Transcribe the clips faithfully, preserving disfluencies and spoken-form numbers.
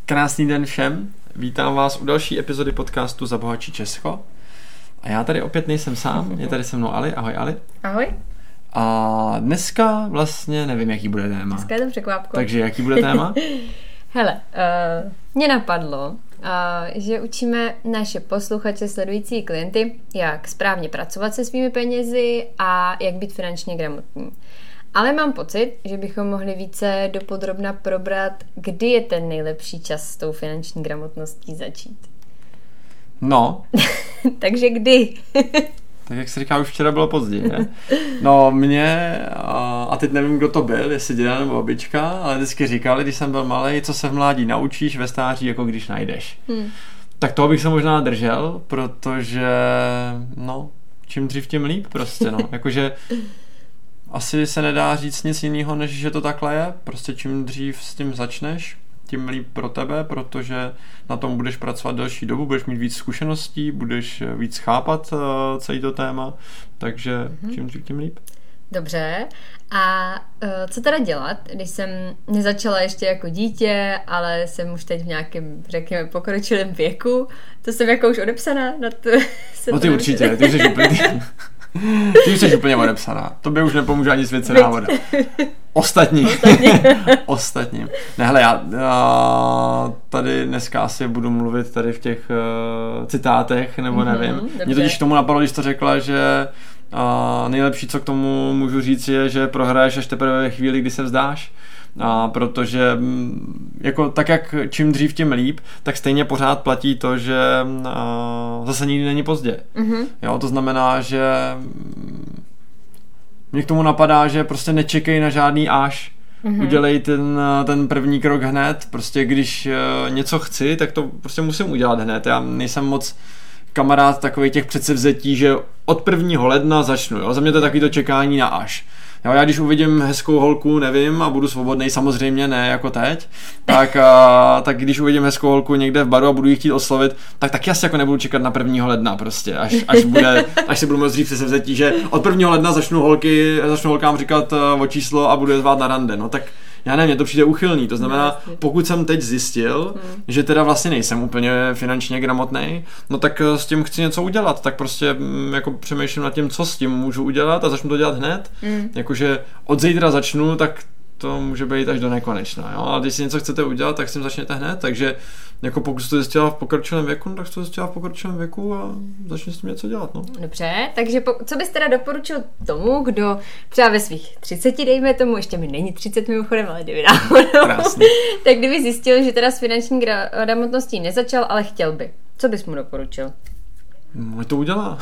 Krásný den všem, vítám vás u další epizody podcastu Zabohatší Česko. A já tady opět nejsem sám, je tady se mnou Ali. Ahoj Ali. Ahoj. A dneska vlastně nevím, jaký bude téma. Dneska je to překvápko. Takže jaký bude téma? Hele, uh, mě napadlo, uh, že učíme naše posluchače, sledující klienty, jak správně pracovat se svými penězi a jak být finančně gramotní. Ale mám pocit, že bychom mohli více dopodrobna probrat, kdy je ten nejlepší čas s tou finanční gramotností začít. No. Takže kdy? Tak jak se říká, už včera bylo pozdě, ne? No mě, a teď nevím, kdo to byl, jestli děda nebo babička, ale vždycky říkali, když jsem byl malej, co se v mládí naučíš, ve stáří jako když najdeš. Hmm. Tak toho bych se možná držel, protože, no, čím dřív, tím líp prostě, no. Jakože asi se nedá říct nic jiného, než že to takhle je. Prostě čím dřív s tím začneš, tím líp pro tebe, protože na tom budeš pracovat delší dobu, budeš mít víc zkušeností, budeš víc chápat uh, celý to téma, takže mm-hmm. čím dřív, tím líp. Dobře. A uh, co teda dělat, když jsem nezačala ještě jako dítě, ale jsem už teď v nějakém, řekněme, pokročilém věku? To jsem jako už odepsaná na to. No ty určitě, ty jsi úplně... Ty už jsi úplně odepsaná. Tobě už nepomůže ani svěcená voda. Ostatní. Ostatní. Ostatním. Ne, hele, já, já tady dneska asi budu mluvit tady v těch uh, citátech, nebo mm-hmm, nevím. Dobře. Mě totiž k tomu napadlo, když to řekla, že uh, nejlepší, co k tomu můžu říct, je, že prohraješ až teprve ve chvíli, kdy se vzdáš. A protože jako tak jak čím dřív, tím líp, tak stejně pořád platí to, že a, zase nikdy není pozdě. Mm-hmm. Jo, to znamená, že mě k tomu napadá, že prostě nečekej na žádný až. Mm-hmm. Udělej ten, ten první krok hned. Prostě když něco chci, tak to prostě musím udělat hned. Já nejsem moc kamarád takových těch předsevzetí, že od prvního ledna začnu. Jo? Za mě to je takový to čekání na až. Jo, já když uvidím hezkou holku, nevím, a budu svobodnej, samozřejmě ne jako teď, tak, a, tak když uvidím hezkou holku někde v baru a budu ji chtít oslovit, tak taky asi jako nebudu čekat na prvního ledna prostě, až, až, bude, až se budu moc dřív přesevzetí, že od prvního ledna začnu holky, začnu holkám říkat uh, o číslo a budu je zvát na rande, no tak já nevím, mně to přijde uchylný, to znamená, pokud jsem teď zjistil, hmm. že teda vlastně nejsem úplně finančně gramotnej, no tak s tím chci něco udělat, tak prostě jako přemýšlím nad tím, co s tím můžu udělat a začnu to dělat hned, hmm. jakože od zítra začnu, tak to může být až do nekonečna, jo, a když si něco chcete udělat, tak s tím začněte hned, takže jako pokud jste to zjistila v pokročilém věku, no, tak jste to zjistila v pokročilém věku a začne s tím něco dělat, no. Dobře, takže po, co bys teda doporučil tomu, kdo třeba ve svých třiceti, dejme tomu, ještě mi není třicet mimochodem, ale kdyby náhodou, tak kdyby zjistil, že teda s finanční gramotností nezačal, ale chtěl by, co bys mu doporučil? No, to udělá.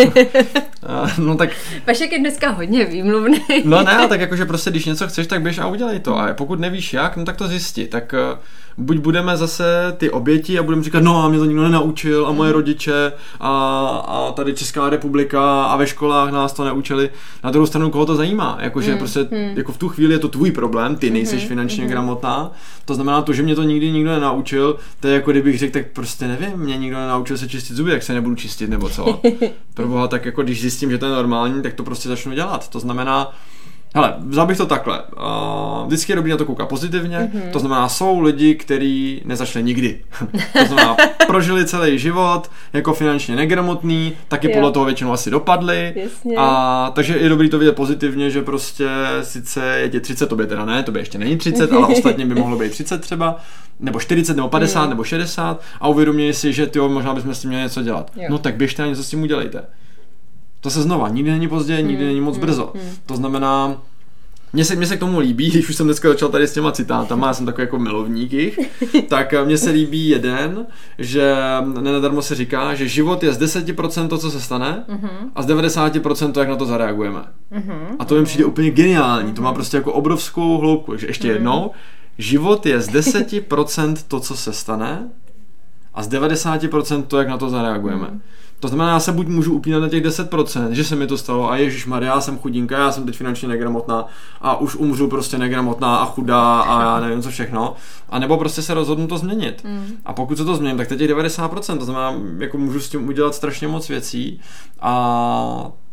No tak... Vašek je dneska hodně výmluvný. No ne, tak jakože prostě, když něco chceš, tak běž a udělej to. A pokud nevíš jak, no tak to zjisti. Tak uh, buď budeme zase ty oběti a budeme říkat, no a mě to nikdo nenaučil a moje rodiče a, a tady Česká republika a ve školách nás to neučili. Na druhou stranu, koho to zajímá? Jakože hmm. prostě hmm. jako v tu chvíli je to tvůj problém, ty nejseš hmm. finančně hmm. gramotná. To znamená to, že mě to nikdy nikdo nenaučil, to je jako kdybych řekl, tak prostě nevím, mě nikdo nenaučil se čistit zuby, tak se nebudu čistit nebo co. Proboha, tak jako když zjistím, že to je normální, tak to prostě začnu dělat. To znamená, hele, vzal bych to takhle. Uh, vždycky je dobrý na to koukat pozitivně. Mm-hmm. To znamená, jsou lidi, kteří nezačali nikdy. To znamená, prožili celý život jako finančně negramotný, taky jo. podle toho většinou asi dopadli. Jasně. A takže je dobrý to vidět pozitivně, že prostě sice je tě třicet, tobě teda ne, tobě ještě není třicet, ale ostatně by mohlo být třicet třeba, nebo čtyřicet, nebo padesát, mm. nebo šedesát a uvědomuji si, že tyjo, možná bychom s tím měli něco dělat. Jo. No tak běžte a něco s tím udělejte. To se znova, nikdy není pozdě, nikdy není moc brzo. To znamená, mně se, mně se k tomu líbí, když už jsem dneska začal tady s těma citátama, já jsem takový jako milovník jich, tak mně se líbí jeden, že nenadarmo se říká, že život je z deset procent to, co se stane, a z devadesát procent to, jak na to zareagujeme. A to mi přijde úplně geniální, to má prostě jako obrovskou hloubku, takže ještě jednou, život je z deset procent to, co se stane, a z devadesát procent to, jak na to zareagujeme. To znamená, já se buď můžu upínat na těch deset procent, že se mi to stalo a ježišmarja, já jsem chudinka, já jsem teď finančně negramotná a už umřu prostě negramotná a chudá a já nevím co všechno. A nebo prostě se rozhodnu to změnit. Mm. A pokud se to změním, tak teď je devadesát procent, to znamená, jako můžu s tím udělat strašně moc věcí a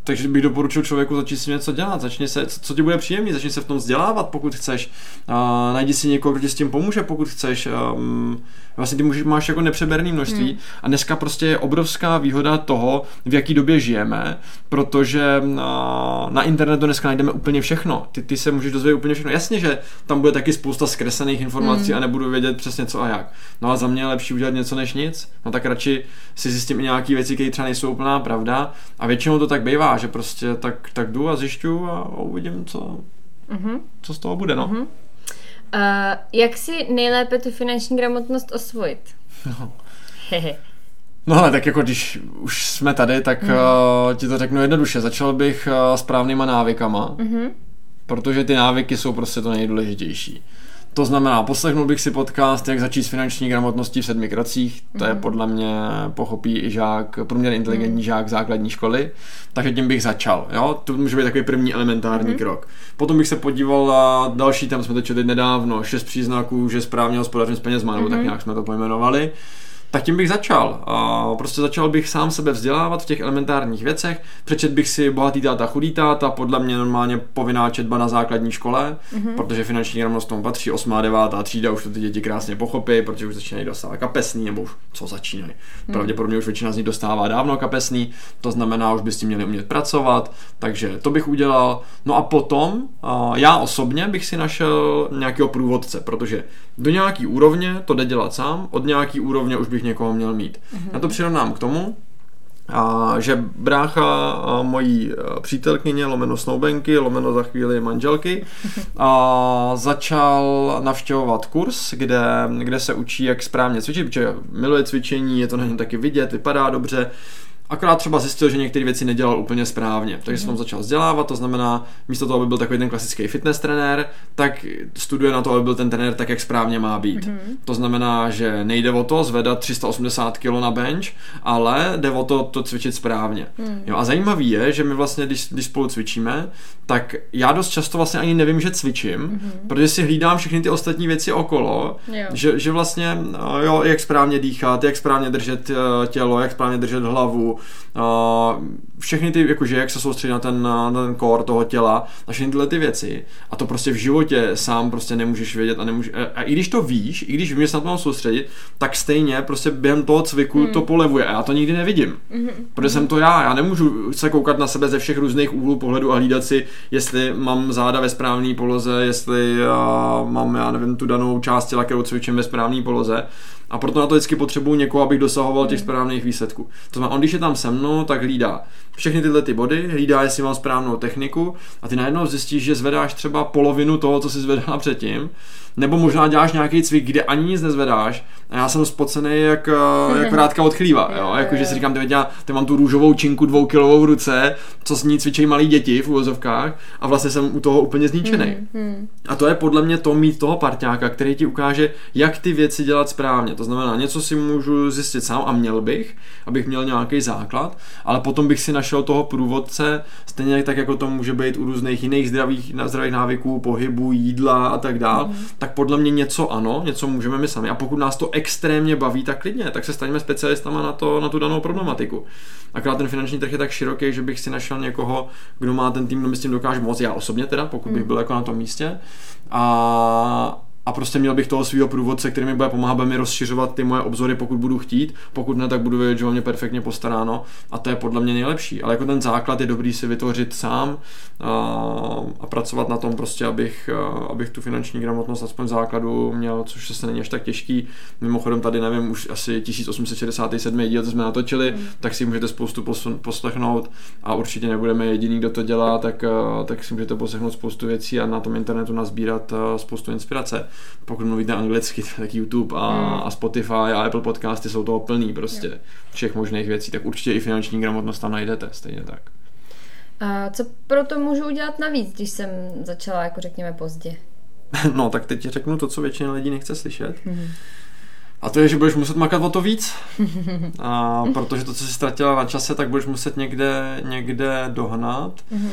takže bych doporučil člověku začít si něco dělat, začni se, co, co ti bude příjemný, začni se v tom vzdělávat, pokud chceš, uh, najdi si někoho, kdo ti s tím pomůže, pokud chceš, um, vlastně ty můžeš, máš jako nepřeberné množství hmm. a dneska prostě je obrovská výhoda toho, v jaký době žijeme, protože uh, na internetu dneska najdeme úplně všechno, ty, ty se můžeš dozvědět úplně všechno, jasně, že tam bude taky spousta zkreslených informací hmm. a nebudu vědět přesně co a jak, no a za mě je lepší udělat něco než nic, no tak radši si zjistím i nějaký věci, které třeba nejsou úplná pravda a většinou to tak bývá, že prostě tak, tak jdu a zjišťu a uvidím, co, mm-hmm. co z toho bude, no. Mm-hmm. Uh, jak si nejlépe tu finanční gramotnost osvojit? No. No ale tak jako když už jsme tady, tak mm. uh, ti to řeknu jednoduše. Začal bych uh, správnýma návykama, mm-hmm. protože ty návyky jsou prostě to nejdůležitější. To znamená, poslechnul bych si podcast, jak začít s finanční gramotností v sedmi krocích, to mm. je podle mě pochopí i žák, průměrně inteligentní mm. žák základní školy, takže tím bych začal, jo, to může být takový první elementární mm. krok. Potom bych se podíval na další, tam jsme to četli nedávno, šest příznaků, že správně hospodařím s penězma, nebo mm. tak nějak jsme to pojmenovali. Tak tím bych začal. A prostě začal bych sám sebe vzdělávat v těch elementárních věcech. Přečet bych si Bohatý táta, chudý táta, podle mě normálně povinná četba na základní škole, mm-hmm. protože finanční gramotnost tomu patří, osmá, devátá třída, už to ty děti krásně pochopí, protože už začínají dostávat kapesný, nebo už co začínají. Mm. Pravděpodobně už většina z nich dostává dávno kapesný, to znamená, už by s tím měli umět pracovat, takže to bych udělal. No a potom já osobně bych si našel nějakého průvodce, protože do nějaký úrovně to jde dělat sám, od nějaký úrovně už bych někoho měl mít. Mm-hmm. Já to přirovnám k tomu, a, že brácha a mojí přítelkyně, lomeno snoubenky, lomeno za chvíli manželky, a začal navštěvovat kurz, kde, kde se učí, jak správně cvičit, protože miluje cvičení, je to na něm taky vidět, vypadá dobře. Akorát třeba zjistil, že některé věci nedělal úplně správně, takže jsem tam začal vzdělávat, to znamená, místo toho, aby byl takový ten klasický fitness trenér, tak studuje na to, aby byl ten trenér tak, jak správně má být. Mm-hmm. To znamená, že nejde o to zvedat tři sta osmdesát kilo na bench, ale jde o to, to cvičit správně. Mm. Jo, a zajímavý je, že my vlastně, když, když spolu cvičíme, tak já dost často vlastně ani nevím, že cvičím, mm-hmm. protože si hlídám všechny ty ostatní věci okolo, že, že vlastně, jo, jak správně dýchat, jak správně držet tělo, jak správně držet hlavu, Uh, všechny ty, jakože jak se soustředit na ten, na ten core toho těla a všechny tyhle ty věci a to prostě v životě sám prostě nemůžeš vědět a nemůžeš, a, a i když to víš, i když vím, že se na to mám soustředit, tak stejně prostě během toho cviku hmm. to polevuje a já to nikdy nevidím, hmm. protože jsem to já, já nemůžu se koukat na sebe ze všech různých úhlů pohledu a hlídat si, jestli mám záda ve správné poloze, jestli uh, mám, já nevím, tu danou část těla, kterou cvičím ve správné poloze. A proto na to vždycky potřebuji někoho, abych dosahoval těch správných výsledků. To znamená, on když je tam se mnou, tak hlídá všechny tyhle ty body, hlídá, jestli mám správnou techniku a ty najednou zjistíš, že zvedáš třeba polovinu toho, co jsi zvedala předtím, nebo možná děláš nějaký cvik, kde ani nic nezvedáš a já jsem spocený jak, jak vrátka od chlíva, jo? Jako, že si říkám, ty, ty mám tu růžovou činku dvoukilovou v ruce, co s ní cvičejí malí děti v uvozovkách a vlastně jsem u toho úplně zničený. A to je podle mě to mít toho parťáka, který ti ukáže, jak ty věci dělat správně. To znamená, něco si můžu zjistit sám a měl bych, abych měl nějaký základ, ale potom bych si našel toho průvodce, stejně tak, jako to může být u různých jiných zdravých, zdravých návyků, pohybu, jídla a tak dál, mm. tak podle mě něco ano, něco můžeme my sami. A pokud nás to extrémně baví, tak klidně, tak se staňme specialistama na, to, na tu danou problematiku. Akorát ten finanční trh je tak široký, že bych si našel někoho, kdo má ten tým, kdo mi s tím dokáže moct, já osobně teda, pokud bych byl jako na tom místě. A A prostě měl bych toho svého průvodce, který mi bude pomáhat, bude mi rozšiřovat ty moje obzory, pokud budu chtít, pokud ne, tak budu vědět, že o mě perfektně postaráno a to je podle mě nejlepší. Ale jako ten základ je dobrý si vytvořit sám a, a pracovat na tom prostě, abych, abych tu finanční gramotnost aspoň základu měl, což se není až tak těžký. Mimochodem tady nevím, už asi tisíc osm set šedesát sedm díl, co jsme natočili, mm. tak si můžete spoustu poslechnout a určitě nebudeme jediný, kdo to dělá, tak, tak si můžete poslechnout spoustu věcí a na tom internetu nazbírat spoustu inspirace. Pokud mluvíte anglicky, tak YouTube a, mm. a Spotify a Apple podcasty jsou toho plný prostě yeah. všech možných věcí, tak určitě i finanční gramotnost tam najdete, stejně tak. A co pro to můžu udělat navíc, když jsem začala, jako řekněme, pozdě? No, tak teď řeknu to, co většina lidí nechce slyšet. Mm. A to je, že budeš muset makat o to víc, a protože to, co jsi ztratila na čase, tak budeš muset někde, někde dohnat. Mm-hmm.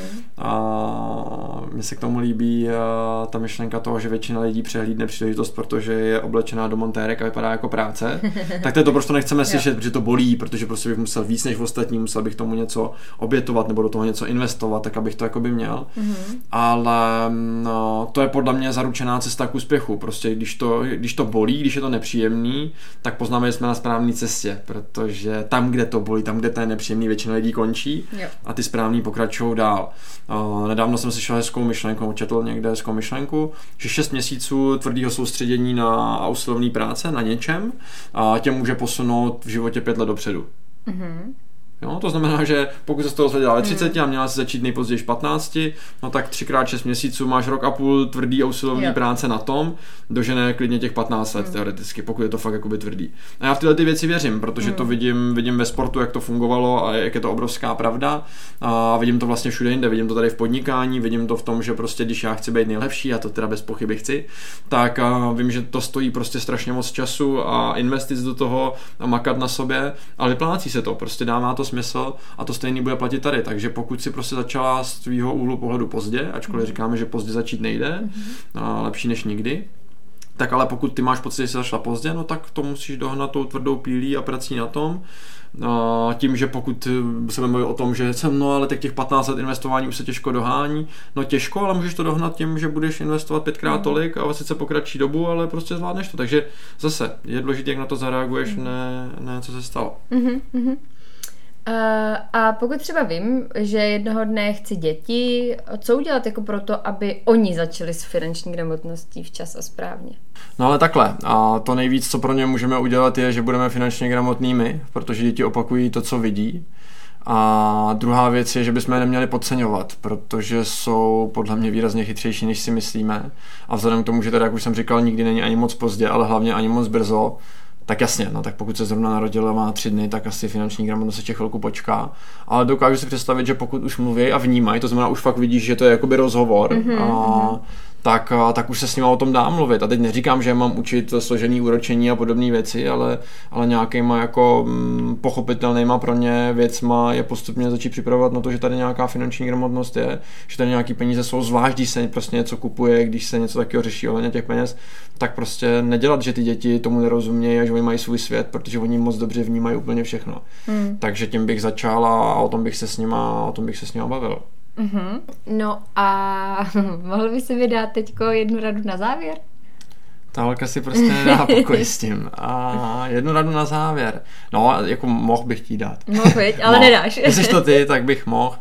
A mně se k tomu líbí a, ta myšlenka toho, že většina lidí přehlídne příležitost, protože je oblečená do montérek a vypadá jako práce. Tak to je to, proč to nechceme slyšet, protože to bolí, protože prostě bych musel víc než ostatní, musel bych tomu něco obětovat nebo do toho něco investovat, tak abych to jakoby měl. Mm-hmm. Ale no, to je podle mě zaručená cesta k úspěchu. Prostě když to, když to bolí, když je to nepříjemný, tak poznáme, že jsme na správné cestě, protože tam, kde to bolí, tam, kde to je nepříjemný, většina lidí končí jo. a ty správní pokračují dál. Uh, nedávno jsem slyšel hezkou myšlenku, četl někde hezkou myšlenku, že šest měsíců tvrdého soustředění na usilovné práce, na něčem, a tě může posunout v životě pět let dopředu. Mm-hmm. Jo, to znamená, že pokud se z toho zvedla ve třiceti a měla si začít nejpozději v patnácti, no tak třikrát šest měsíců máš rok a půl tvrdý a usilovný jo. práce na tom, dožene klidně těch patnáct let mm. teoreticky, pokud je to fakt jakoby tvrdý. A já v tyhle ty věci věřím, protože mm. to vidím, vidím ve sportu, jak to fungovalo a jak je to obrovská pravda. A vidím to vlastně všude jinde, vidím to tady v podnikání, vidím to v tom, že prostě když já chci být nejlepší, a to teda bez pochyby chci, tak vím, že to stojí prostě strašně moc času a investic do toho a makat na sobě, ale vyplácí se to, prostě dává to smysl a to stejný bude platit tady, takže pokud si prostě začala z tvýho úhlu pohledu pozdě, ačkoliv říkáme, že pozdě začít nejde, mm-hmm. lepší než nikdy, tak ale pokud ty máš pocit, že jsi začala pozdě, no tak to musíš dohnat tou tvrdou pílí a prací na tom. A tím, že pokud se mluví o tom, že jsem, no ale tak těch patnáct let investování už se těžko dohání, no těžko, ale můžeš to dohnat tím, že budeš investovat pětkrát mm. tolik a sice po kratší dobu, ale prostě zvládneš to, takže zase je důležité, jak na to zareaguješ, mm. ne, ne co se stalo. Mm-hmm. Uh, a pokud třeba vím, že jednoho dne chci děti, co udělat jako pro to, aby oni začali s finanční gramotností včas a správně? No ale takhle, a to nejvíc, co pro ně můžeme udělat, je, že budeme finančně gramotní my, protože děti opakují to, co vidí. A druhá věc je, že bychom je neměli podceňovat, protože jsou podle mě výrazně chytřejší, než si myslíme. A vzhledem k tomu, že teda, jak už jsem říkal, nikdy není ani moc pozdě, ale hlavně ani moc brzo, tak jasně, no tak pokud se zrovna narodil a má tři dny, tak asi finanční gramotnost ještě chvilku počká. Ale dokážu si představit, že pokud už mluví a vnímají, to znamená už fakt vidíš, že to je jakoby rozhovor, mm-hmm. a tak, tak už se s nima o tom dá mluvit. A teď neříkám, že mám učit složený úročení a podobné věci, ale, ale nějakýma jako mm, pochopitelnýma pro ně věcma je postupně začít připravovat na to, že tady nějaká finanční gramotnost je, že tady nějaký peníze jsou, zvlášť když se prostě něco kupuje, když se něco takového řeší ohledně těch peněz, tak prostě nedělat, že ty děti tomu nerozumějí a že oni mají svůj svět, protože oni moc dobře vnímají úplně všechno. Hmm. Takže tím bych začala a o tom bych se s nima, o tom bych se s nima bavil. Mm-hmm. No a mohl by si mi dát teďko jednu radu na závěr? Ta holka si prostě nedá pokoj s tím. A jednu radu na závěr. No, jako mohl bych ti dát. Mohl být, ale no, nedáš. Jestli to ty, tak bych mohl.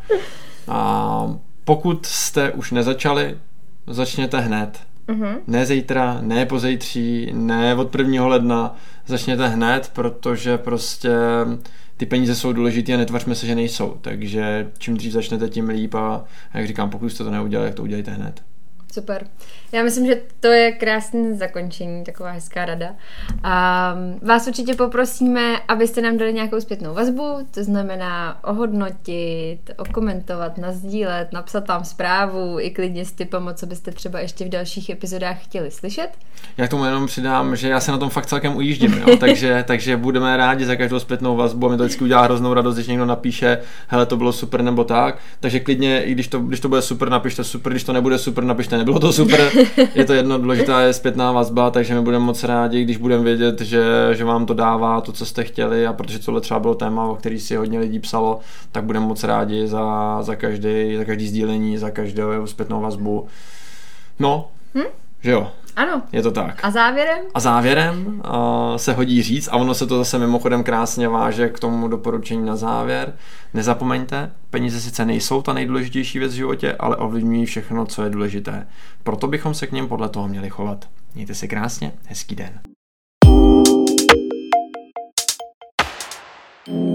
A pokud jste už nezačali, začněte hned. Mm-hmm. Ne zítra, ne pozítří, ne od prvního ledna. Začněte hned, protože prostě ty peníze jsou důležité a netvařme se, že nejsou. Takže čím dřív začnete, tím líp a jak říkám, pokud jste to neudělali, tak to udělejte hned. Super. Já myslím, že to je krásné zakončení, taková hezká rada. A vás určitě poprosíme, abyste nám dali nějakou zpětnou vazbu, to znamená ohodnotit, okomentovat, nasdílet, napsat tam zprávu i klidně s tipem, co byste třeba ještě v dalších epizodách chtěli slyšet. Já k tomu jenom přidám, že já se na tom fakt celkem ujíždím, jo? takže, takže budeme rádi za každou zpětnou vazbu a mi to vždycky udělá hroznou radost, když někdo napíše, hele, to bylo super nebo tak, takže klidně, i když to, když to bude super, napište super, když to nebude super, napište nebylo to super, je to jedno, důležitá je zpětná vazba, takže my budeme moc rádi, když budeme vědět, že, že vám to dává to, co jste chtěli a protože tohle třeba bylo téma, o který si hodně lidí psalo, tak budeme moc rádi za, za, každý, za každý sdílení, za každou zpětnou vazbu. No, hm? Že jo. Ano. Je to tak. A závěrem? A závěrem uh, se hodí říct, a ono se to zase mimochodem krásně váže k tomu doporučení na závěr. Nezapomeňte, peníze sice nejsou ta nejdůležitější věc v životě, ale ovlivňují všechno, co je důležité. Proto bychom se k nim podle toho měli chovat. Mějte se krásně, hezký den.